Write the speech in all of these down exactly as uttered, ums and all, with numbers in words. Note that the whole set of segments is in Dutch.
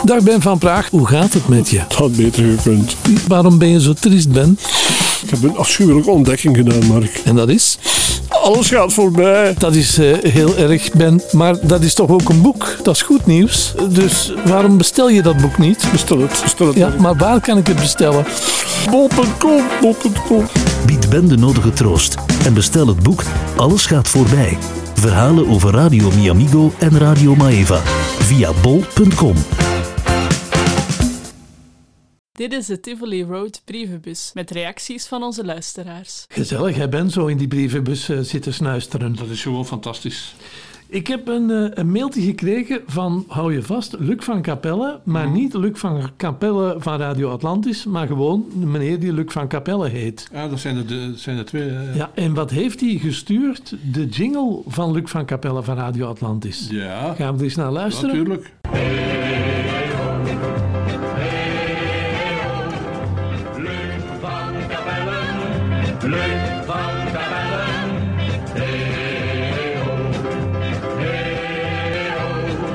Dag Ben van Praag, hoe gaat het met je? Het had beter gekund. Waarom ben je zo triest, Ben? Ik heb een afschuwelijke ontdekking gedaan, Mark. En dat is? Alles gaat voorbij. Dat is uh, heel erg, Ben. Maar dat is toch ook een boek? Dat is goed nieuws. Dus waarom bestel je dat boek niet? Bestel het, bestel het. Ja, maar waar kan ik het bestellen? bol punt com, bol punt com. Bied Ben de nodige troost en bestel het boek Alles gaat voorbij. Verhalen over Radio Miamigo en Radio Maeva via bol punt com. Dit is de Tivoli Road brievenbus met reacties van onze luisteraars. Gezellig, hè Ben, zo in die brievenbus uh, zitten snuisteren. Dat is gewoon fantastisch. Ik heb een, uh, een mailtje gekregen van, hou je vast, Luc van Capelle. Maar mm. niet Luc van Capelle van Radio Atlantis, maar gewoon de meneer die Luc van Capelle heet. Ja, dat zijn er, de, dat zijn er twee. Uh... Ja, en wat heeft hij gestuurd? De jingle van Luc van Capelle van Radio Atlantis. Ja. Gaan we er eens naar luisteren? Natuurlijk. Luc van Capelle, hey ho, hey ho.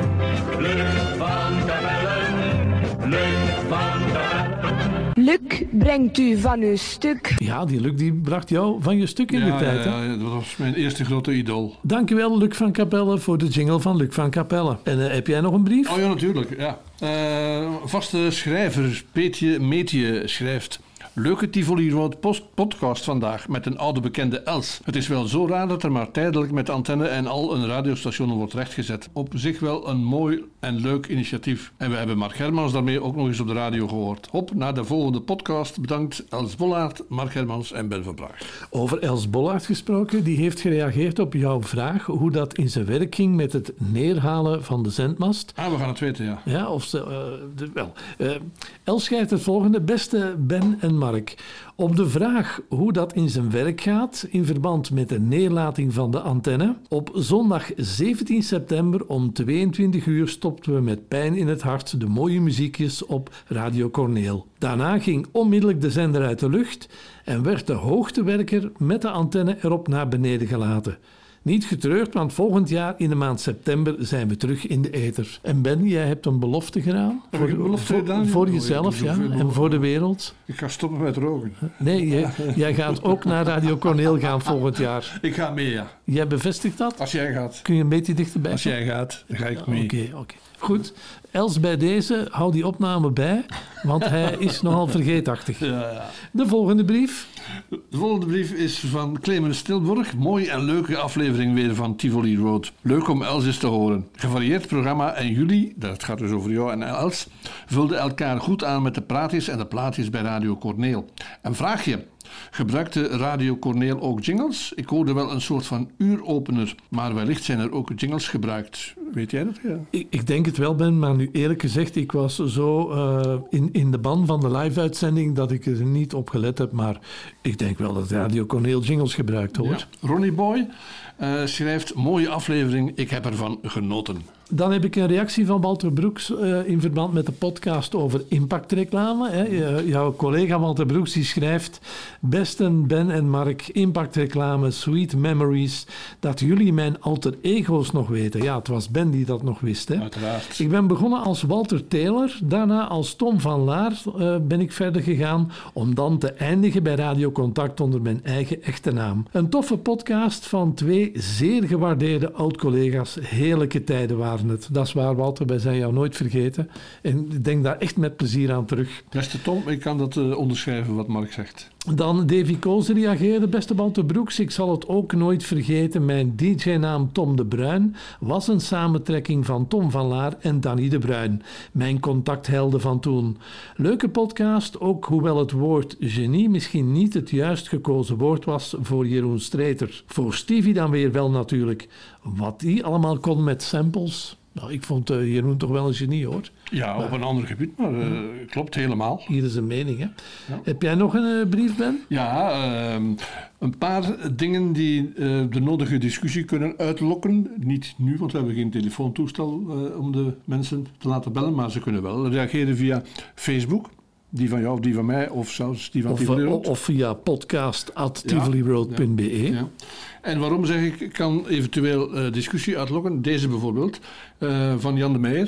Luc van Capelle, Luc van Capelle. Luc brengt u van uw stuk. Ja, die Luc die bracht jou van je stuk in ja, de tijd. Ja, hè? ja, dat was mijn eerste grote idool. Dankjewel, Luc van Capelle, voor de jingle van Luc van Capelle. En uh, heb jij nog een brief? Oh ja, natuurlijk. Ja. Uh, vaste schrijver Peetje Meetje schrijft... Leuke Tivoli Road podcast vandaag met een oude bekende Els. Het is wel zo raar dat er maar tijdelijk met antenne en al een radiostation wordt rechtgezet. Op zich wel een mooi en leuk initiatief. En we hebben Mark Hermans daarmee ook nog eens op de radio gehoord. Hop, naar de volgende podcast. Bedankt Els Bollaert, Mark Hermans en Ben van Praag. Over Els Bollaert gesproken, die heeft gereageerd op jouw vraag hoe dat in zijn werk ging met het neerhalen van de zendmast. Ah, we gaan het weten, ja. Ja, of ze, uh, de, wel. Uh, Els schrijft het volgende. Beste Ben en Mark. Op de vraag hoe dat in zijn werk gaat in verband met de neerlating van de antenne. Op zondag zeventien september om tweeëntwintig uur stopten we met pijn in het hart de mooie muziekjes op Radio Corneel. Daarna ging onmiddellijk de zender uit de lucht en werd de hoogtewerker met de antenne erop naar beneden gelaten. Niet getreurd, want volgend jaar in de maand september zijn we terug in de ether. En Ben, jij hebt een belofte gedaan. Heb voor, ik een belofte voor, gedaan? voor jezelf, ja, en voor de wereld. Ik ga stoppen met roken. Nee, jij, jij gaat ook naar Radio Corneel gaan volgend jaar. Ik ga mee, ja. Jij bevestigt dat? Als jij gaat. Kun je een beetje dichterbij? Als jij gaat, dan ga ik mee. Oké, okay, oké. Okay. Goed. Els, bij deze, hou die opname bij, want hij is nogal vergeetachtig. Ja, ja. De volgende brief. De volgende brief is van Clemens Stilborg. Mooi en leuke aflevering weer van Tivoli Road. Leuk om Els eens te horen. Gevarieerd programma en jullie, dat gaat dus over jou en Els, vulden elkaar goed aan met de praatjes en de plaatjes bij Radio Corneel. Een vraagje. Gebruikte Radio Corneel ook jingles? Ik hoorde wel een soort van uuropener, maar wellicht zijn er ook jingles gebruikt. Weet jij dat? Ja. Ik, ik denk het wel, Ben, maar nu eerlijk gezegd, ik was zo uh, in, in de ban van de live-uitzending dat ik er niet op gelet heb, maar ik denk wel dat Radio Corneel jingles gebruikt hoort. Ja. Ronnie Boy uh, schrijft, mooie aflevering, ik heb ervan genoten. Dan heb ik een reactie van Walter Broeks uh, in verband met de podcast over impactreclame. Hè. Uh, jouw collega Walter Broeks die schrijft... Beste Ben en Mark, impactreclame, sweet memories, dat jullie mijn alter ego's nog weten. Ja, het was Ben die dat nog wist. Hè. Uiteraard. Ik ben begonnen als Walter Taylor, daarna als Tom van Laar uh, ben ik verder gegaan, om dan te eindigen bij Radio Contact onder mijn eigen echte naam. Een toffe podcast van twee zeer gewaardeerde oud-collega's. Heerlijke tijden waren het. Dat is waar, Walter, wij zijn jou nooit vergeten. En ik denk daar echt met plezier aan terug. Beste Tom, ik kan dat uh, onderschrijven wat Mark zegt. Dan Davy Koolse reageerde, beste Walter Broeks, ik zal het ook nooit vergeten. Mijn D J-naam Tom de Bruin was een samentrekking van Tom van Laar en Danny de Bruin. Mijn contacthelden van toen. Leuke podcast, ook hoewel het woord genie misschien niet het juist gekozen woord was voor Jeroen Streeter. Voor Stevie dan weer wel natuurlijk. Wat die allemaal kon met samples... Nou, ik vond uh, Jeroen toch wel een genie, hoor. Ja, maar, op een ander gebied, maar uh, klopt helemaal. Hier is een mening, hè. Ja. Heb jij nog een uh, brief, Ben? Ja, uh, een paar dingen die uh, de nodige discussie kunnen uitlokken. Niet nu, want we hebben geen telefoontoestel uh, om de mensen te laten bellen, maar ze kunnen wel reageren via Facebook. Die van jou of die van mij, of zelfs die van of, Tivoli Road. Of via podcast at tivoli road punt b e. Ja, ja. En waarom zeg ik, kan eventueel uh, discussie uitlokken. Deze bijvoorbeeld, uh, van Jan de Meijer.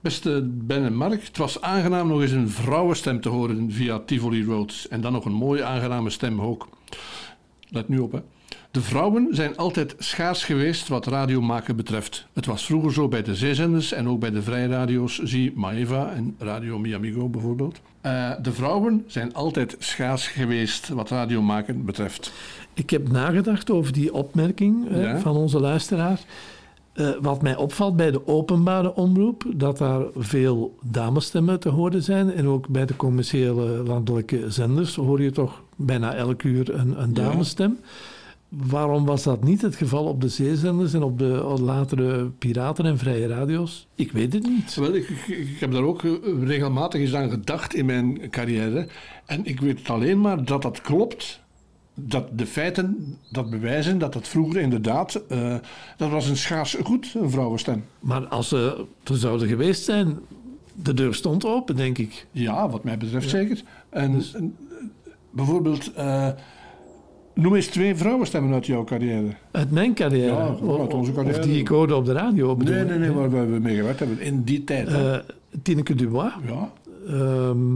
Beste Ben en Mark, het was aangenaam nog eens een vrouwenstem te horen via Tivoli Road. En dan nog een mooie, aangename stem ook. Let nu op, hè. De vrouwen zijn altijd schaars geweest wat radiomaken betreft. Het was vroeger zo bij de zeezenders en ook bij de vrije radio's, zie Maeva en Radio Miamigo bijvoorbeeld. Uh, de vrouwen zijn altijd schaars geweest wat radiomaken betreft. Ik heb nagedacht over die opmerking Ja. eh, van onze luisteraar. Uh, wat mij opvalt bij de openbare omroep, dat daar veel damesstemmen te horen zijn. En ook bij de commerciële landelijke zenders hoor je toch bijna elk uur een, een damesstem. Waarom was dat niet het geval op de zeezenders en op de latere piraten en vrije radio's? Ik weet het niet. Wel, ik, ik, ik heb daar ook regelmatig eens aan gedacht in mijn carrière. En ik weet het alleen maar dat dat klopt. Dat de feiten dat bewijzen dat het vroeger inderdaad... Uh, dat was een schaars goed, een vrouwenstem. Maar als ze er zouden geweest zijn, de deur stond open, denk ik. Ja, wat mij betreft Ja. zeker. En, Dus- en, bijvoorbeeld... Uh, noem eens twee vrouwenstemmen uit jouw carrière. Uit mijn carrière. Ja, uit onze carrière. Of die ik hoorde op de radio. bedoel Nee, ik. nee, nee, waar we mee gewerkt hebben in die tijd. hè. Uh, Tineke Dubois. ja. Ehm,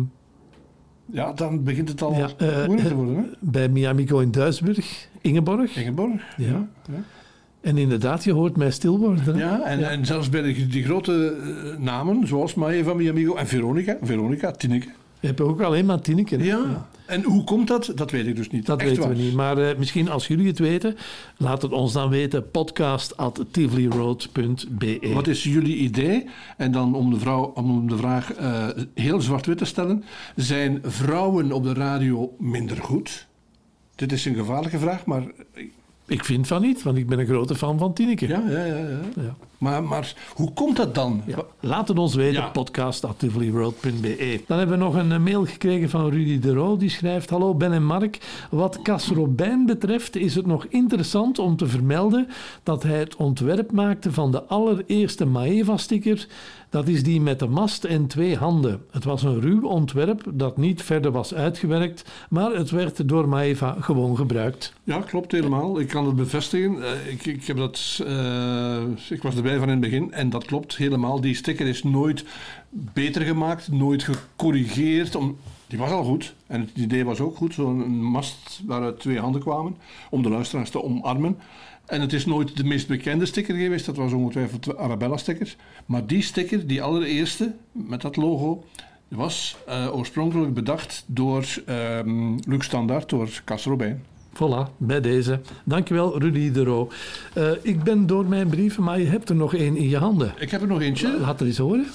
ja, dan begint het al Ja, uh, moeilijk te worden. Hè? bij Miamigo in Duisburg. Ingeborg. Ingeborg. Ja. Ja. Ja. En inderdaad, je hoort mij stil worden. hè? Ja, en, Ja. en zelfs bij de, die grote uh, namen, zoals Maeva Miamigo en Veronica. Veronica, Tineke. Je hebt ook alleen maar Tineke. hè? Ja. En hoe komt dat? Dat weet ik dus niet. Dat Echt weten waar. we niet. Maar uh, misschien als jullie het weten, laat het ons dan weten. podcast at tivoli road punt b e. Wat is jullie idee? En dan om de, vrouw, om de vraag uh, heel zwart-wit te stellen. Zijn vrouwen op de radio minder goed? Dit is een gevaarlijke vraag, maar... Ik vind van niet, want ik ben een grote fan van Tineke. Ja, ja, ja. ja. Ja. Maar, maar hoe komt dat dan? Ja, laat het ons weten, Ja. podcast at tivoli road punt b e. Dan hebben we nog een mail gekregen van Rudy de Roo. Die schrijft: Hallo Ben en Mark. Wat Cas Robijn betreft is het nog interessant om te vermelden dat hij het ontwerp maakte van de allereerste Maeva-sticker. Dat is die met de mast en twee handen. Het was een ruw ontwerp dat niet verder was uitgewerkt, maar het werd door Maeva gewoon gebruikt. Ja, klopt helemaal. Ik kan het bevestigen. Uh, ik, ik, heb dat, uh, ik was erbij van in het begin en dat klopt helemaal. Die sticker is nooit beter gemaakt, nooit gecorrigeerd. Om, die was al goed en het idee was ook goed. Zo'n mast waaruit twee handen kwamen om de luisteraars te omarmen. En het is nooit de meest bekende sticker geweest. Dat was ongetwijfeld de Arabella-sticker. Maar die sticker, die allereerste, met dat logo, was uh, oorspronkelijk bedacht door um, Luc Standaard, door Cas Robijn. Voilà, bij deze. Dankjewel, Rudy de Roo. Uh, ik ben door mijn brieven, maar je hebt er nog één in je handen. Ik heb er nog eentje. Laat er eens horen.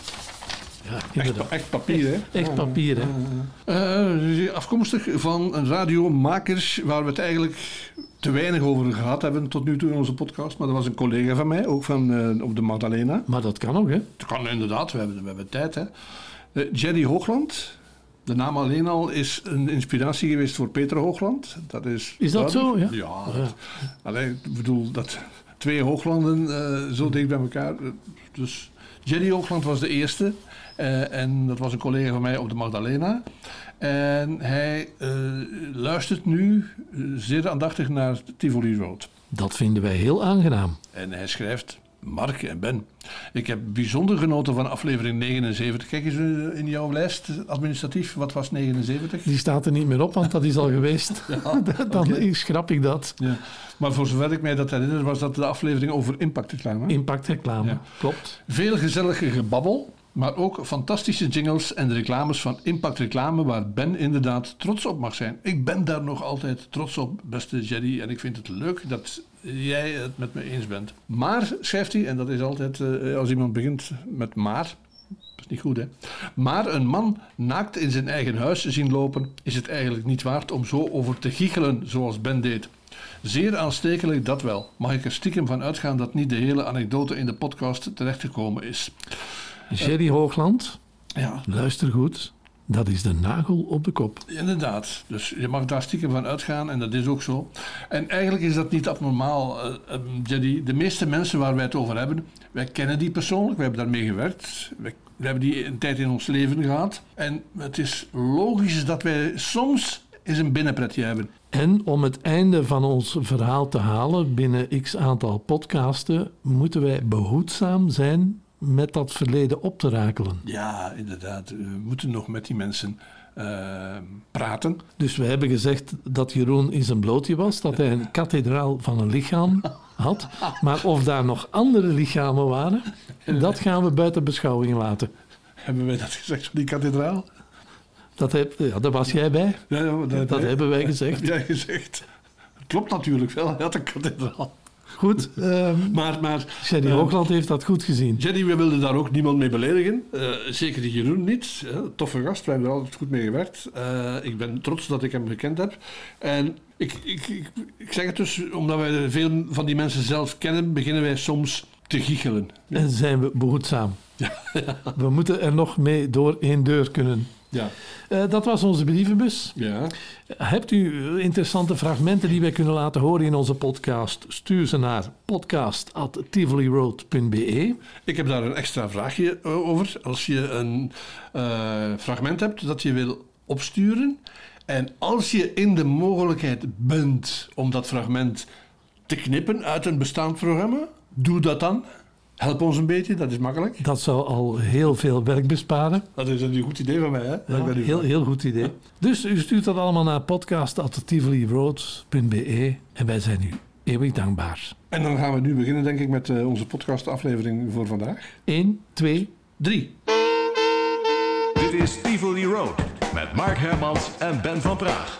Ja, Echt, inderdaad. echt papier, hè? Echt papier, hè? Uh, afkomstig van een radiomakers waar we het eigenlijk te weinig over gehad hebben tot nu toe in onze podcast. Maar dat was een collega van mij, ook van uh, op de Magdalena. Maar dat kan ook, hè? Dat kan inderdaad, we hebben, we hebben tijd, hè. Uh, Jerry Hoogland. De naam alleen al is een inspiratie geweest voor Peter Hoogland. Dat is, Is dat duidelijk. zo? Ja. Ja. Dat, allee, ik bedoel, dat twee Hooglanden uh, zo dicht bij elkaar. Dus Jerry Hoogland was de eerste. Uh, en dat was een collega van mij op de Magdalena. En hij uh, luistert nu uh, zeer aandachtig naar Tivoli Road. Dat vinden wij heel aangenaam. En hij schrijft: Mark en Ben, ik heb bijzonder genoten van aflevering negenenzeventig. Kijk eens in jouw lijst, administratief, wat was negenenzeventig? Die staat er niet meer op, want dat is al geweest. Ja, Dan okay. schrap ik dat. Ja. Maar voor zover ik mij dat herinner, was dat de aflevering over impactreclame. Impactreclame, Ja. klopt. Veel gezellig gebabbel, maar ook fantastische jingles en de reclames van Impact Reclame, waar Ben inderdaad trots op mag zijn. Ik ben daar nog altijd trots op, beste Jerry, en ik vind het leuk dat jij het met me eens bent. Maar, schrijft hij, en dat is altijd uh, als iemand begint met maar, dat is niet goed, hè. Maar een man naakt in zijn eigen huis zien lopen, is het eigenlijk niet waard om zo over te giechelen zoals Ben deed. Zeer aanstekelijk, dat wel. Mag ik er stiekem van uitgaan dat niet de hele anekdote in de podcast terechtgekomen is. Jerry Hoogland, Ja, luister goed. Dat is de nagel op de kop. inderdaad. Dus je mag daar stiekem van uitgaan en dat is ook zo. En eigenlijk is dat niet abnormaal, uh, uh, Jerry. De meeste mensen waar wij het over hebben, wij kennen die persoonlijk, wij hebben daarmee gewerkt. Wij, wij hebben die een tijd in ons leven gehad. En het is logisch dat wij soms eens een binnenpretje hebben. En om het einde van ons verhaal te halen binnen x aantal podcasten, moeten wij behoedzaam zijn met dat verleden op te rakelen. Ja, inderdaad. We moeten nog met die mensen uh, praten. Dus we hebben gezegd dat Jeroen in zijn blootje was, dat hij een kathedraal van een lichaam had. Maar of daar nog andere lichamen waren, dat gaan we buiten beschouwing laten. Hebben wij dat gezegd van die kathedraal? Dat heb, ja, daar was jij bij. Ja, dat, dat, dat hebben wij gezegd. Heb jij gezegd. Het klopt natuurlijk wel, hij had een kathedraal. Goed, uh, maar, maar, Jerry uh, Hoogland heeft dat goed gezien. Jerry, we wilden daar ook niemand mee beledigen. Uh, zeker die Jeroen niet. Uh, toffe gast, we hebben er altijd goed mee gewerkt. Uh, ik ben trots dat ik hem gekend heb. En ik, ik, ik, ik zeg het dus, omdat wij veel van die mensen zelf kennen, beginnen wij soms te giechelen. Ja. En zijn we behoedzaam. Ja, ja. We moeten er nog mee door één deur kunnen. Ja. Uh, dat was onze brievenbus. Ja. Hebt u interessante fragmenten die wij kunnen laten horen in onze podcast? Stuur ze naar podcast at tivoli road punt b e. Ik heb daar een extra vraagje over. Als je een uh, fragment hebt dat je wil opsturen en als je in de mogelijkheid bent om dat fragment te knippen uit een bestaand programma, doe dat dan. Help ons een beetje, dat is makkelijk. Dat zou al heel veel werk besparen. Dat is een goed idee van mij, hè? Ja, ben heel, heel goed idee. Ja. Dus u stuurt dat allemaal naar podcast at tivoli road punt b e en wij zijn u eeuwig dankbaar. En dan gaan we nu beginnen, denk ik, met uh, onze podcastaflevering voor vandaag. één, twee, drie. Dit is Tivoli Road met Mark Hermans en Ben van Praag.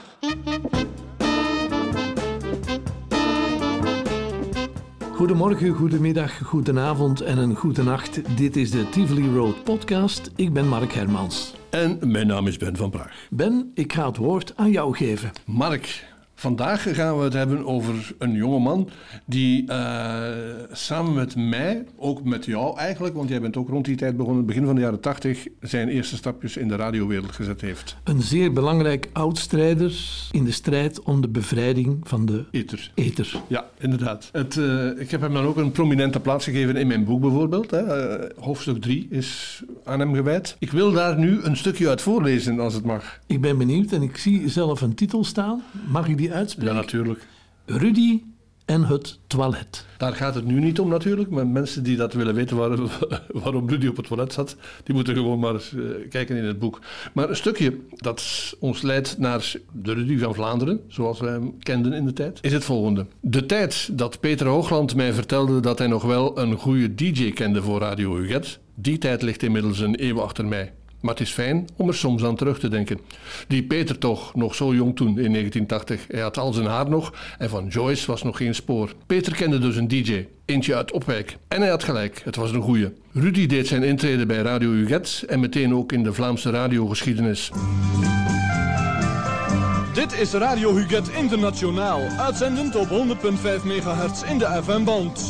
Goedemorgen, goedemiddag, goedenavond en een goede nacht. Dit is de Tivoli Road podcast. Ik ben Mark Hermans. En mijn naam is Ben van Praag. Ben, ik ga het woord aan jou geven. Mark, vandaag gaan we het hebben over een jongeman die uh, samen met mij, ook met jou eigenlijk, want jij bent ook rond die tijd begonnen, begin van de jaren tachtig, zijn eerste stapjes in de radiowereld gezet heeft. Een zeer belangrijk oudstrijder in de strijd om de bevrijding van de ether. ether. Ja, inderdaad. Het, uh, ik heb hem dan ook een prominente plaats gegeven in mijn boek bijvoorbeeld. Hè. Uh, hoofdstuk drie is aan hem gewijd. Ik wil daar nu een stukje uit voorlezen, als het mag. Ik ben benieuwd en ik zie zelf een titel staan. Mag ik die uitspreken? Ja, natuurlijk. Rudy en het toilet. Daar gaat het nu niet om natuurlijk, maar mensen die dat willen weten waar, waarom Rudy op het toilet zat, die moeten gewoon maar eens uh, kijken in het boek. Maar een stukje dat ons leidt naar de Rudy van Vlaanderen, zoals wij hem kenden in de tijd, is het volgende. De tijd dat Peter Hoogland mij vertelde dat hij nog wel een goede D J kende voor Radio Huguet, die tijd ligt inmiddels een eeuw achter mij. Maar het is fijn om er soms aan terug te denken. Die Peter toch, nog zo jong toen in negentien tachtig. Hij had al zijn haar nog en van Joyce was nog geen spoor. Peter kende dus een D J, eentje uit Opwijk. En hij had gelijk, het was een goeie. Rudy deed zijn intrede bij Radio Huguet en meteen ook in de Vlaamse radiogeschiedenis. Dit is Radio Huguet Internationaal, uitzendend op honderd komma vijf megahertz in de F M-band.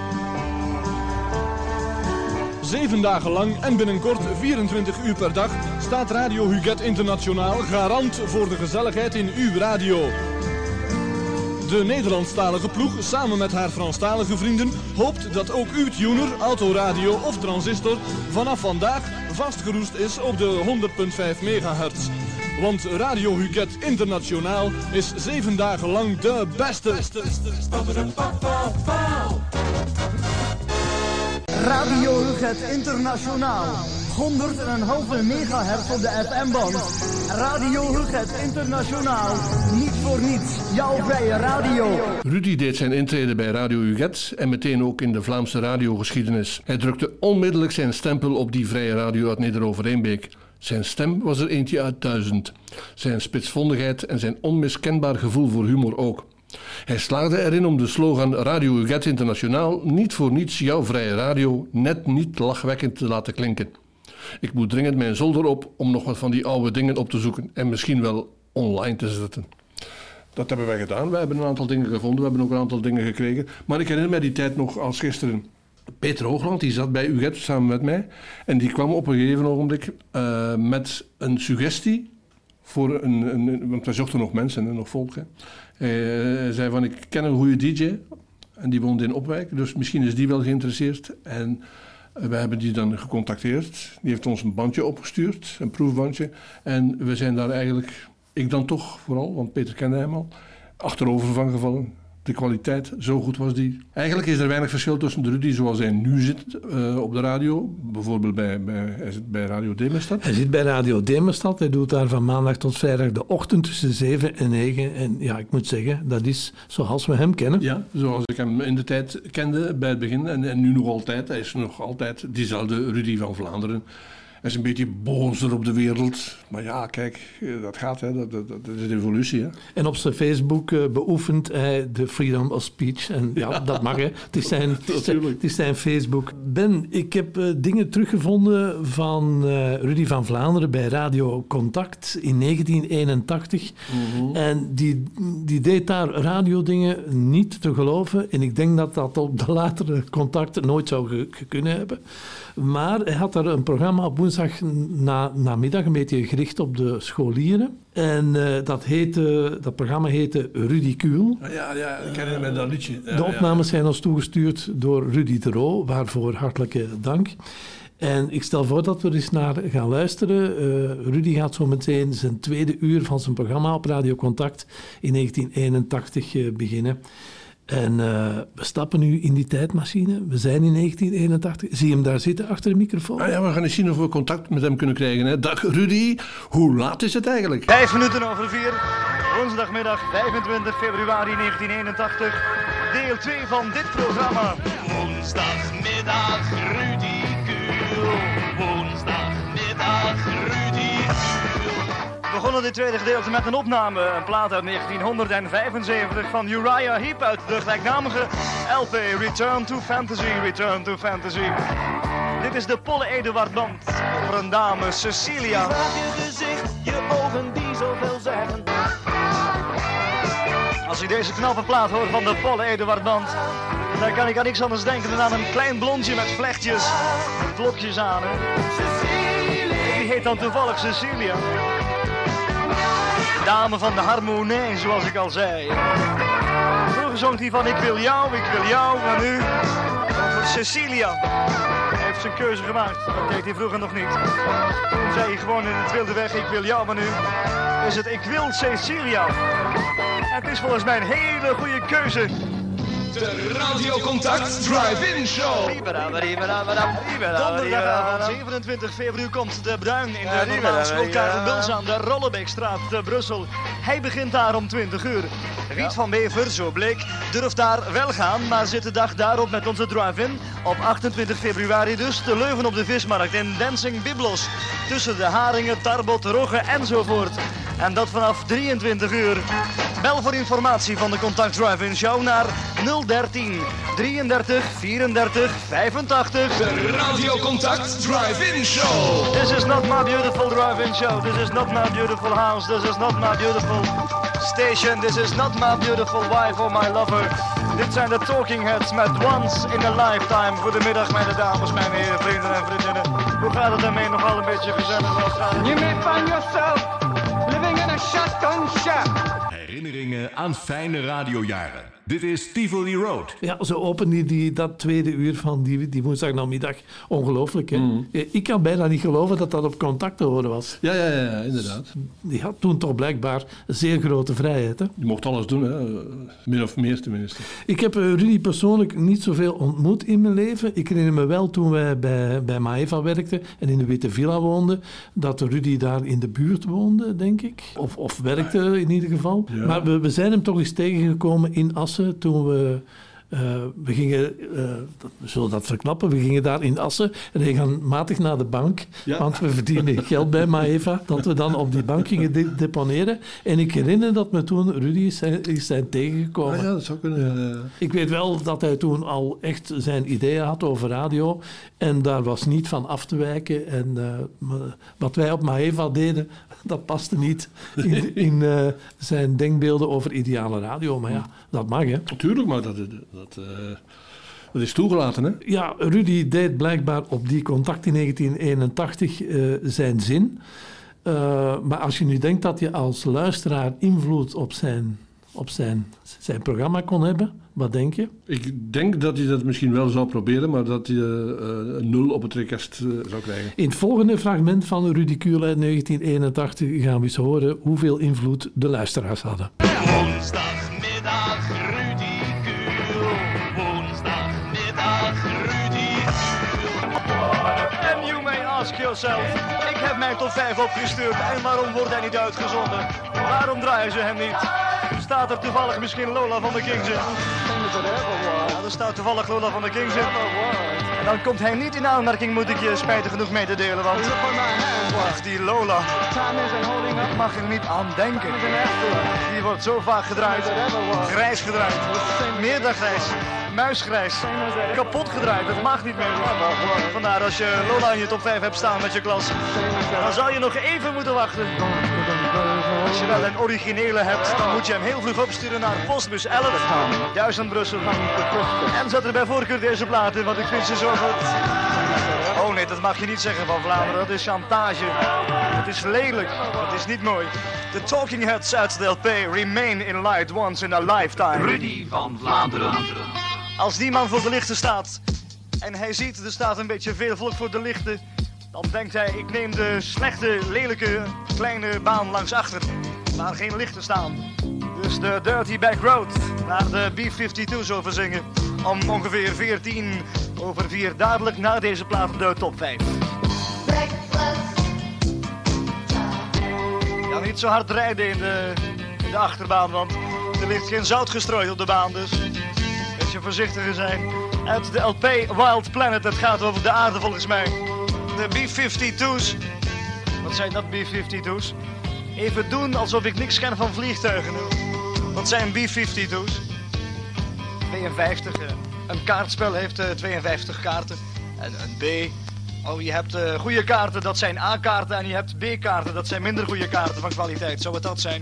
Zeven dagen lang en binnenkort vierentwintig uur per dag staat Radio Huguet Internationaal garant voor de gezelligheid in uw radio. De Nederlandstalige ploeg, samen met haar Franstalige vrienden, hoopt dat ook uw tuner, autoradio of transistor vanaf vandaag vastgeroest is op de honderd komma vijf megahertz. Want Radio Huguet Internationaal is zeven dagen lang de beste. Radio Huguet Internationaal. honderd komma vijf megahertz op de F M-band. Radio Huguet Internationaal. Niet voor niets. Jouw vrije radio. Rudy deed zijn intrede bij Radio Huguet en meteen ook in de Vlaamse radiogeschiedenis. Hij drukte onmiddellijk zijn stempel op die vrije radio uit Neder-Overeenbeek. Zijn stem was er eentje uit duizend. Zijn spitsvondigheid en zijn onmiskenbaar gevoel voor humor ook. Hij slaagde erin om de slogan Radio Huguet Internationaal, niet voor niets jouw vrije radio, net niet lachwekkend te laten klinken. Ik moet dringend mijn zolder op om nog wat van die oude dingen op te zoeken en misschien wel online te zetten. Dat hebben wij gedaan. Wij hebben een aantal dingen gevonden, we hebben ook een aantal dingen gekregen. Maar ik herinner mij die tijd nog als gisteren. Peter Hoogland, die zat bij Huguet samen met mij en die kwam op een gegeven ogenblik uh, met een suggestie voor een, een, want wij zochten nog mensen en nog volk. Hè. Hij zei van, ik ken een goede D J en die woont in Opwijk, dus misschien is die wel geïnteresseerd. En we hebben die dan gecontacteerd. Die heeft ons een bandje opgestuurd, een proefbandje. En we zijn daar eigenlijk, ik dan toch vooral, want Peter kende hem al, achterover van gevallen. De kwaliteit, zo goed was die. Eigenlijk is er weinig verschil tussen de Rudy zoals hij nu zit uh, op de radio. Bijvoorbeeld bij, bij, hij zit bij Radio Demerstad. Hij zit bij Radio Demerstad. Hij doet daar van maandag tot vrijdag de ochtend tussen zeven en negen. En ja, ik moet zeggen, dat is zoals we hem kennen. Ja, zoals ik hem in de tijd kende bij het begin. En, en nu nog altijd. Hij is nog altijd diezelfde Rudy van Vlaanderen. Hij is een beetje bozer op de wereld. Maar ja, kijk, dat gaat, hè. Dat, dat, dat is een evolutie. Hè. En op zijn Facebook uh, beoefent hij de freedom of speech. En ja, ja. dat mag, hè. Het is zijn, het is zijn, het is zijn Facebook. Ben, ik heb uh, dingen teruggevonden van uh, Rudy van Vlaanderen bij Radio Contact in negentien eenentachtig. Mm-hmm. En die, die deed daar radiodingen niet te geloven. En ik denk dat dat op de latere contacten nooit zou ge, ge kunnen hebben. Maar hij had daar een programma op woensdag na, namiddag, een beetje gericht op de scholieren. En uh, dat, heette, dat programma heette Rudicuul. Ja, ja, ik herinner me dat liedje. Ja, de opnames ja. zijn ons toegestuurd door Rudy de Roo, waarvoor hartelijke dank. En ik stel voor dat we er eens naar gaan luisteren. Uh, Rudy gaat zo meteen zijn tweede uur van zijn programma op Radio Contact in negentien eenentachtig uh, beginnen. En uh, we stappen nu in die tijdmachine. We zijn in negentien eenentachtig. Zie je hem daar zitten achter de microfoon? Ah ja, we gaan eens zien of we contact met hem kunnen krijgen. Hè. Dag Rudy, hoe laat is het eigenlijk? Vijf minuten over vier. Woensdagmiddag vijfentwintig februari negentien eenentachtig. Deel twee van dit programma. Woensdagmiddag Rudy Kuhl. Woensdagmiddag Rudy Kuhl. We begonnen dit tweede gedeelte met een opname, een plaat uit negentienhonderdvijfenzeventig van Uriah Heep uit de gelijknamige L P Return to Fantasy, Return to Fantasy. Dit is de Polle Eduard Band over een dame, Cecilia. Je vraagt je gezicht, je ogen die zoveel zeggen. Als ik deze knappe plaat hoor van de Polle Eduard Band, dan kan ik aan niks anders denken dan aan een klein blondje met vlechtjes en klokjes aan. Hè? Die heet dan toevallig Cecilia. Dame van de harmonie, zoals ik al zei. Vroeger zong hij van ik wil jou, ik wil jou, maar nu over Cecilia. Hij heeft zijn keuze gemaakt, dat deed hij vroeger nog niet. Toen zei hij gewoon in het wilde weg ik wil jou, maar nu is het ik wil Cecilia. En het is volgens mij een hele goede keuze. De Radio Contact Drive-In Show. Donderdagavond zevenentwintig februari komt de Bruin in de normale schoolkaart van Buls aan de Rollebeekstraat te Brussel. Hij begint daar om twintig uur. Riet van Bever, zo bleek, durft daar wel gaan, maar zit de dag daarop met onze drive-in op achtentwintig februari dus te Leuven op de Vismarkt in Dancing Biblos. Tussen de haringen, tarbot, roggen enzovoort. En dat vanaf drieëntwintig uur. Bel voor informatie van de Contact Drive-In Show naar nul dertien drieëndertig vierendertig vijfentachtig. De Radio Contact Drive-In Show. This is not my beautiful drive-in show. This is not my beautiful house. This is not my beautiful station. This is not my beautiful wife or my lover. Dit zijn de Talking Heads met Once in a Lifetime. Goedemiddag mijn dames, mijn heren, vrienden en vriendinnen. Hoe gaat het ermee? Nogal een beetje gezellig. You may find yourself living in a shotgun shack. Herinneringen aan fijne radiojaren. Dit is Tivoli Road. Ja, zo opende die, die dat tweede uur van die, die woensdagnamiddag. Ongelooflijk, hè? Mm. Ik kan bijna niet geloven dat dat op Contact te horen was. Ja, ja, ja, inderdaad. Die had toen toch blijkbaar een zeer grote vrijheid, hè? Die mocht alles doen, hè? Min of meer tenminste. Ik heb Rudy persoonlijk niet zoveel ontmoet in mijn leven. Ik herinner me wel toen wij bij, bij Maeva werkten en in de Witte Villa woonden, dat Rudy daar in de buurt woonde, denk ik. Of, of werkte in ieder geval. Ja. Maar we, we zijn hem toch eens tegengekomen in Assen. Toen we, uh, we gingen, uh, we zullen dat verknappen, we gingen daar in Assen regelmatig naar de bank, ja. Want we verdienen geld bij Maeva, dat we dan op die bank gingen de- deponeren. En ik herinner dat me toen Rudy is zijn, is zijn tegengekomen. Ah, ja, dat zou kunnen. Uh... Ik weet wel dat hij toen al echt zijn ideeën had over radio en daar was niet van af te wijken. En uh, wat wij op Maeva deden, dat paste niet in, in uh, zijn denkbeelden over ideale radio. Maar ja, dat mag, hè. Natuurlijk, maar dat, dat, uh, dat is toegelaten, hè. Ja, Rudy deed blijkbaar op die Contact in negentien eenentachtig uh, zijn zin. Uh, maar als je nu denkt dat je als luisteraar invloed op zijn, op zijn, zijn programma kon hebben, wat denk je? Ik denk dat hij dat misschien wel zou proberen, maar dat hij uh, een nul op het rekest uh, zou krijgen. In het volgende fragment van Rudy Kuhl uit negentien eenentachtig gaan we eens horen hoeveel invloed de luisteraars hadden. Woensdagmiddag Rudy yourself. Ik heb mijn top vijf opgestuurd en waarom wordt hij niet uitgezonden? Waarom draaien ze hem niet? Staat er toevallig misschien Lola van de Kings in? Ja, er staat toevallig Lola van de Kings in. En dan komt hij niet in aanmerking, moet ik je spijtig genoeg mee te delen, want ach, die Lola, ik mag er niet aan denken. Die wordt zo vaak gedraaid, grijs gedraaid, meer dan grijs, muisgrijs, kapot gedraaid, dat mag niet meer. Vandaar als je Lola in je top vijf hebt staan met je klas, dan zal je nog even moeten wachten. Als je wel een originele hebt, dan moet je hem heel vroeg opsturen naar postbus elf, duizend Brussel. En zet er bij voorkeur deze plaat in, want ik vind ze zo goed. Oh nee, dat mag je niet zeggen van Vlaanderen, dat is chantage. Het is lelijk, het is niet mooi. De Talking Heads uit de L P, Remain in Light Once in a Lifetime. Rudy van Vlaanderen. Als die man voor de lichten staat en hij ziet er staat een beetje veel volk voor de lichten, dan denkt hij, ik neem de slechte, lelijke, kleine baan langs achter, waar geen lichten staan. Dus de Dirty Back Road naar de B vijfentwintig over zingen. Om ongeveer veertien over vier, dadelijk na deze plaat de top vijf. Ja, niet zo hard rijden in de, in de achterbaan, want er ligt geen zout gestrooid op de baan, dus een beetje voorzichtiger zijn. Uit de L P Wild Planet, het gaat over de aarde volgens mij. De B vijfentwintig's. Wat zijn dat B vijfentwintig's? Even doen alsof ik niks ken van vliegtuigen. Wat zijn B vijfentwintig's? tweeënvijftig. Een kaartspel heeft tweeënvijftig kaarten. En een B. Oh, je hebt uh, goede kaarten, dat zijn A-kaarten. En je hebt B-kaarten, dat zijn minder goede kaarten van kwaliteit. Zou het dat zijn?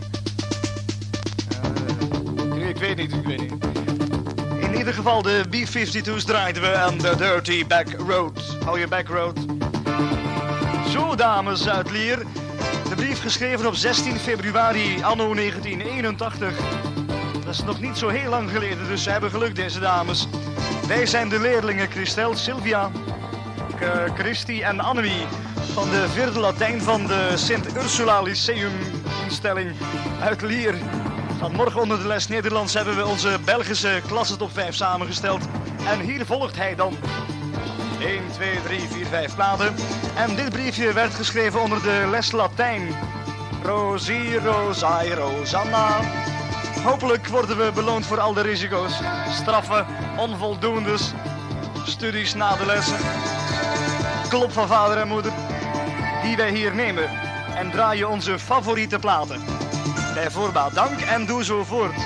Uh, ik weet niet, ik weet niet. In ieder geval, de B vijfentwintig's draaiden we aan de Dirty Back Road. Hou je back road. Zo, dames uit Lier. De brief geschreven op zestien februari anno negentien eenentachtig. Dat is nog niet zo heel lang geleden, dus ze hebben geluk, deze dames. Wij zijn de leerlingen Christel, Sylvia, K- Christy en Annemie van de vierde Latijn van de Sint Ursula Lyceum instelling uit Lier. Vanmorgen onder de les Nederlands hebben we onze Belgische klasse top vijf samengesteld. En hier volgt hij dan. één, twee, drie, vier, vijf platen. En dit briefje werd geschreven onder de les Latijn. Rosie, Rosai, Rosanna. Hopelijk worden we beloond voor al de risico's. Straffen, onvoldoendes, studies na de lessen. Klop van vader en moeder. Die wij hier nemen. En draaien onze favoriete platen. Bij voorbaat dank en doe zo voort.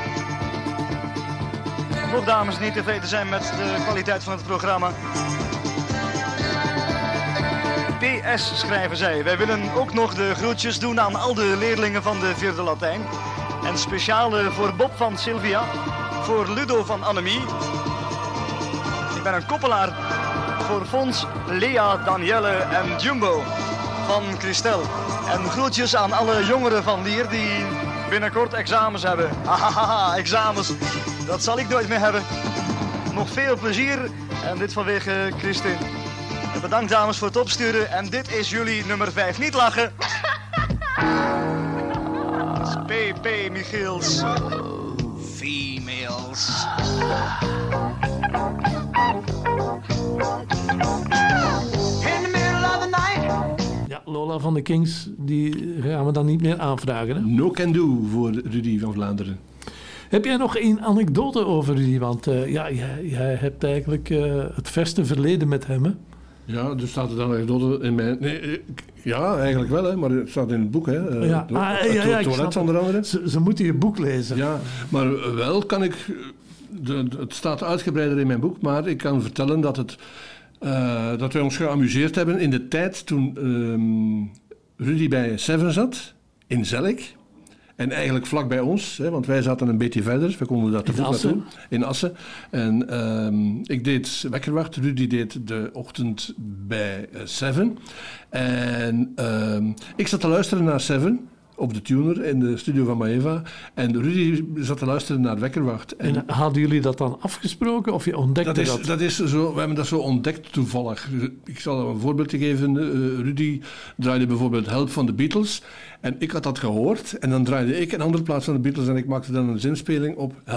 Nog dames niet tevreden zijn met de kwaliteit van het programma. P S schrijven zij. Wij willen ook nog de groetjes doen aan al de leerlingen van de vierde Latijn. En speciaal voor Bob van Sylvia. Voor Ludo van Annemie. Ik ben een koppelaar. Voor Fons, Lea, Danielle en Jumbo van Christel. En groetjes aan alle jongeren van Lier die binnenkort examens hebben. Hahaha, examens. Dat zal ik nooit meer hebben. Nog veel plezier. En dit vanwege Christine. En bedankt dames voor het opsturen. En dit is jullie nummer vijf. Niet lachen. Dat is P P Michiels. Females. In the middle of the night. Ja, Lola van de Kings, die gaan we dan niet meer aanvragen. Hè? No can do voor Rudy van Vlaanderen. Heb jij nog één anekdote over Rudy? Want uh, ja, jij, jij hebt eigenlijk uh, het verste verleden met hem, hè? Ja, er staat een anekdote in mijn... Nee, ja, eigenlijk wel, hè, maar het staat in het boek. Hè. Uh, ja, het ah, ja, ja, toilet onder andere. Ze, ze moeten je boek lezen. Ja, maar wel kan ik... De, de, het staat uitgebreider in mijn boek, maar ik kan vertellen dat, het, uh, dat wij ons geamuseerd hebben in de tijd toen um, Rudy bij Seven zat, in Zelk. En eigenlijk vlak bij ons, hè, want wij zaten een beetje verder. We konden daar te voet naartoe, in Assen. En um, ik deed wekkerwacht. Rudy deed de ochtend bij uh, Seven. En um, ik zat te luisteren naar Seven op de tuner in de studio van Maeva. En Rudy zat te luisteren naar wekkerwacht. En, en hadden jullie dat dan afgesproken of je ontdekte dat? Is, dat? dat is zo, we hebben dat zo ontdekt toevallig. Ik zal een voorbeeld geven. Uh, Rudy draaide bijvoorbeeld Help van de Beatles. En ik had dat gehoord. En dan draaide ik een andere plaats van de Beatles. En ik maakte dan een zinspeling op Help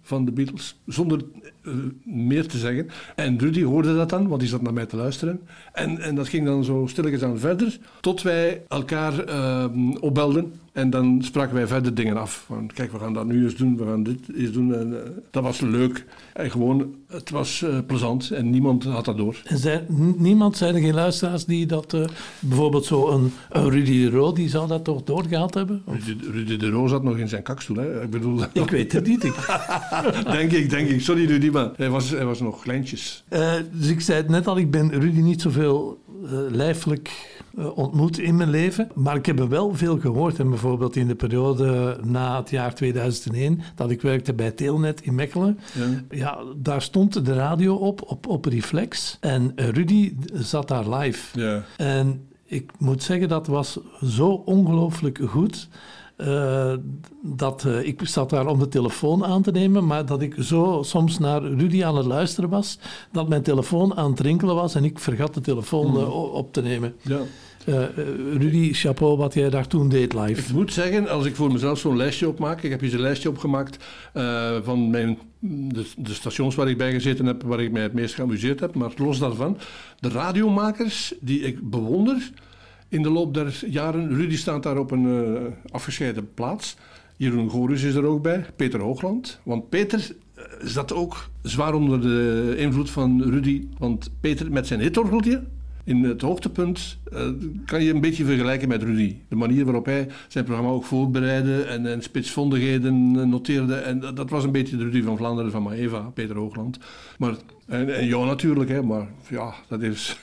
van de Beatles, zonder uh, meer te zeggen. En Rudy hoorde dat dan, want die zat naar mij te luisteren. En, en dat ging dan zo stilletjes aan verder, tot wij elkaar uh, opbelden. En dan spraken wij verder dingen af. Van, kijk, we gaan dat nu eens doen, we gaan dit eens doen. En, uh, dat was leuk. En gewoon, het was uh, plezant en niemand had dat door. En zei, n- niemand, zijn er geen luisteraars die dat... Uh, bijvoorbeeld zo een, een Rudy de Roo, die zou dat toch doorgehaald hebben? Rudy, Rudy de Roo zat nog in zijn kakstoel, hè? Ik bedoel... Ik weet het niet. Ik... denk ik, denk ik. Sorry Rudy, maar hij was, hij was nog kleintjes. Uh, dus ik zei het net al, ik ben Rudy niet zoveel uh, lijfelijk... Uh, ontmoet in mijn leven. Maar ik heb er wel veel gehoord. En bijvoorbeeld in de periode na het jaar tweeduizend één, dat ik werkte bij Telnet in Mechelen. Ja. Ja, daar stond de radio op, op, op Reflex. En uh, Rudy zat daar live. Ja. En ik moet zeggen, dat was zo ongelooflijk goed... Uh, dat uh, ik zat daar om de telefoon aan te nemen, maar dat ik zo soms naar Rudy aan het luisteren was, dat mijn telefoon aan het rinkelen was en ik vergat de telefoon mm. uh, op te nemen. Ja. Uh, uh, Rudy, chapeau wat jij daar toen deed live. Ik moet zeggen, als ik voor mezelf zo'n lijstje opmaak, ik heb hier een lijstje opgemaakt uh, van mijn, de, de stations waar ik bij gezeten heb, waar ik mij het meest geamuseerd heb, maar los daarvan, de radiomakers die ik bewonder in de loop der jaren. Rudy staat daar op een uh, afgescheiden plaats. Jeroen Gorus is er ook bij. Peter Hoogland. Want Peter uh, zat ook zwaar onder de invloed van Rudy. Want Peter met zijn hitorgeltje in het hoogtepunt uh, kan je een beetje vergelijken met Rudy. De manier waarop hij zijn programma ook voorbereidde en, en spitsvondigheden noteerde. En dat, dat was een beetje de Rudy van Vlaanderen van Maeva, Peter Hoogland. Maar, en, en jou natuurlijk, hè, maar ja, dat is...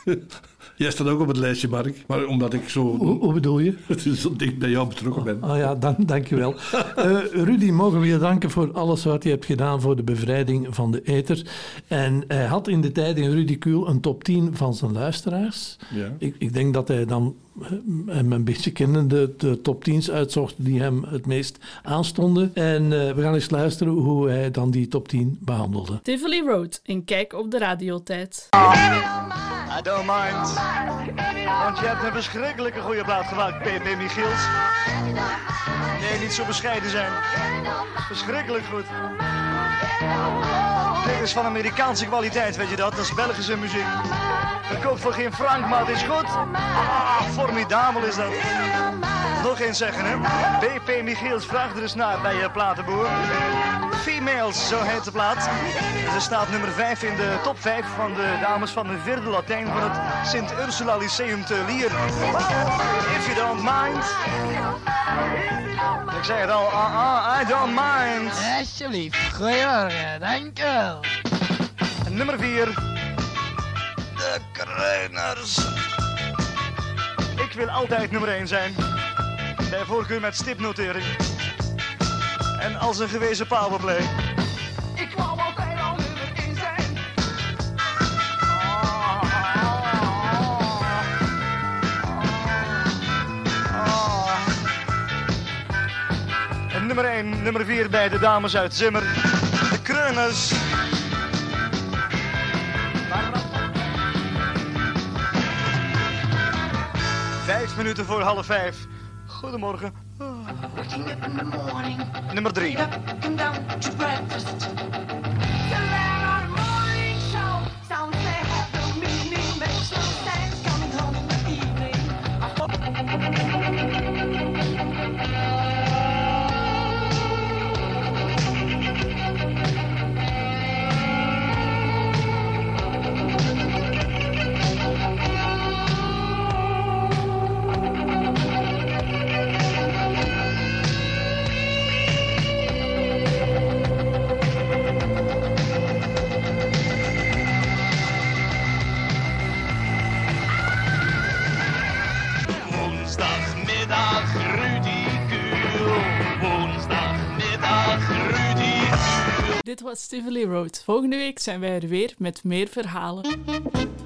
Jij staat ook op het lijstje, Mark. Maar omdat ik zo... Hoe, hoe bedoel je? zo dicht bij jou betrokken ben. Oh, oh ja, dan, dank je wel. uh, Rudy, mogen we je danken voor alles wat je hebt gedaan voor de bevrijding van de ether. En hij had in de tijd in Rudy Kuhl een top tien van zijn luisteraars. Ja. Ik, ik denk dat hij dan hem een beetje kennende de top tien's uitzocht die hem het meest aanstonden. En uh, we gaan eens luisteren hoe hij dan die top tien behandelde. Tivoli Road, een kijk op de radiotijd. I don't mind. Want je hebt een verschrikkelijke goede plaat gemaakt, P P Michiels. Nee, niet zo bescheiden zijn. Verschrikkelijk goed. Dit is van Amerikaanse kwaliteit, weet je dat? Dat is Belgische muziek. Verkoopt voor geen frank, maar het is goed. Ah, formidabel is dat. Nog eens zeggen, hè. P P Michiels, vraag er eens naar bij je platenboer. Females, zo heet de plaat. Ze staat nummer vijf in de top vijf van de dames van de vierde Latijn van het Sint Ursula Lyceum te Lier. If you don't mind. Ik zeg het al, uh, uh, I don't mind. Alsjeblieft, goeiemorgen, dank u wel. En nummer vier. De Kruiners. Ik wil altijd nummer één zijn. Bij voorkeur met stipnotering. En als een gewezen powerplay. Ik wou altijd al nummer één zijn. Oh, oh, oh. En nummer één, nummer vier bij de dames uit Zimmer. De Kreuners. Vijf minuten voor half vijf. Goedemorgen. Nummer drie. Dit was Tivoli Road. Volgende week zijn wij er weer met meer verhalen.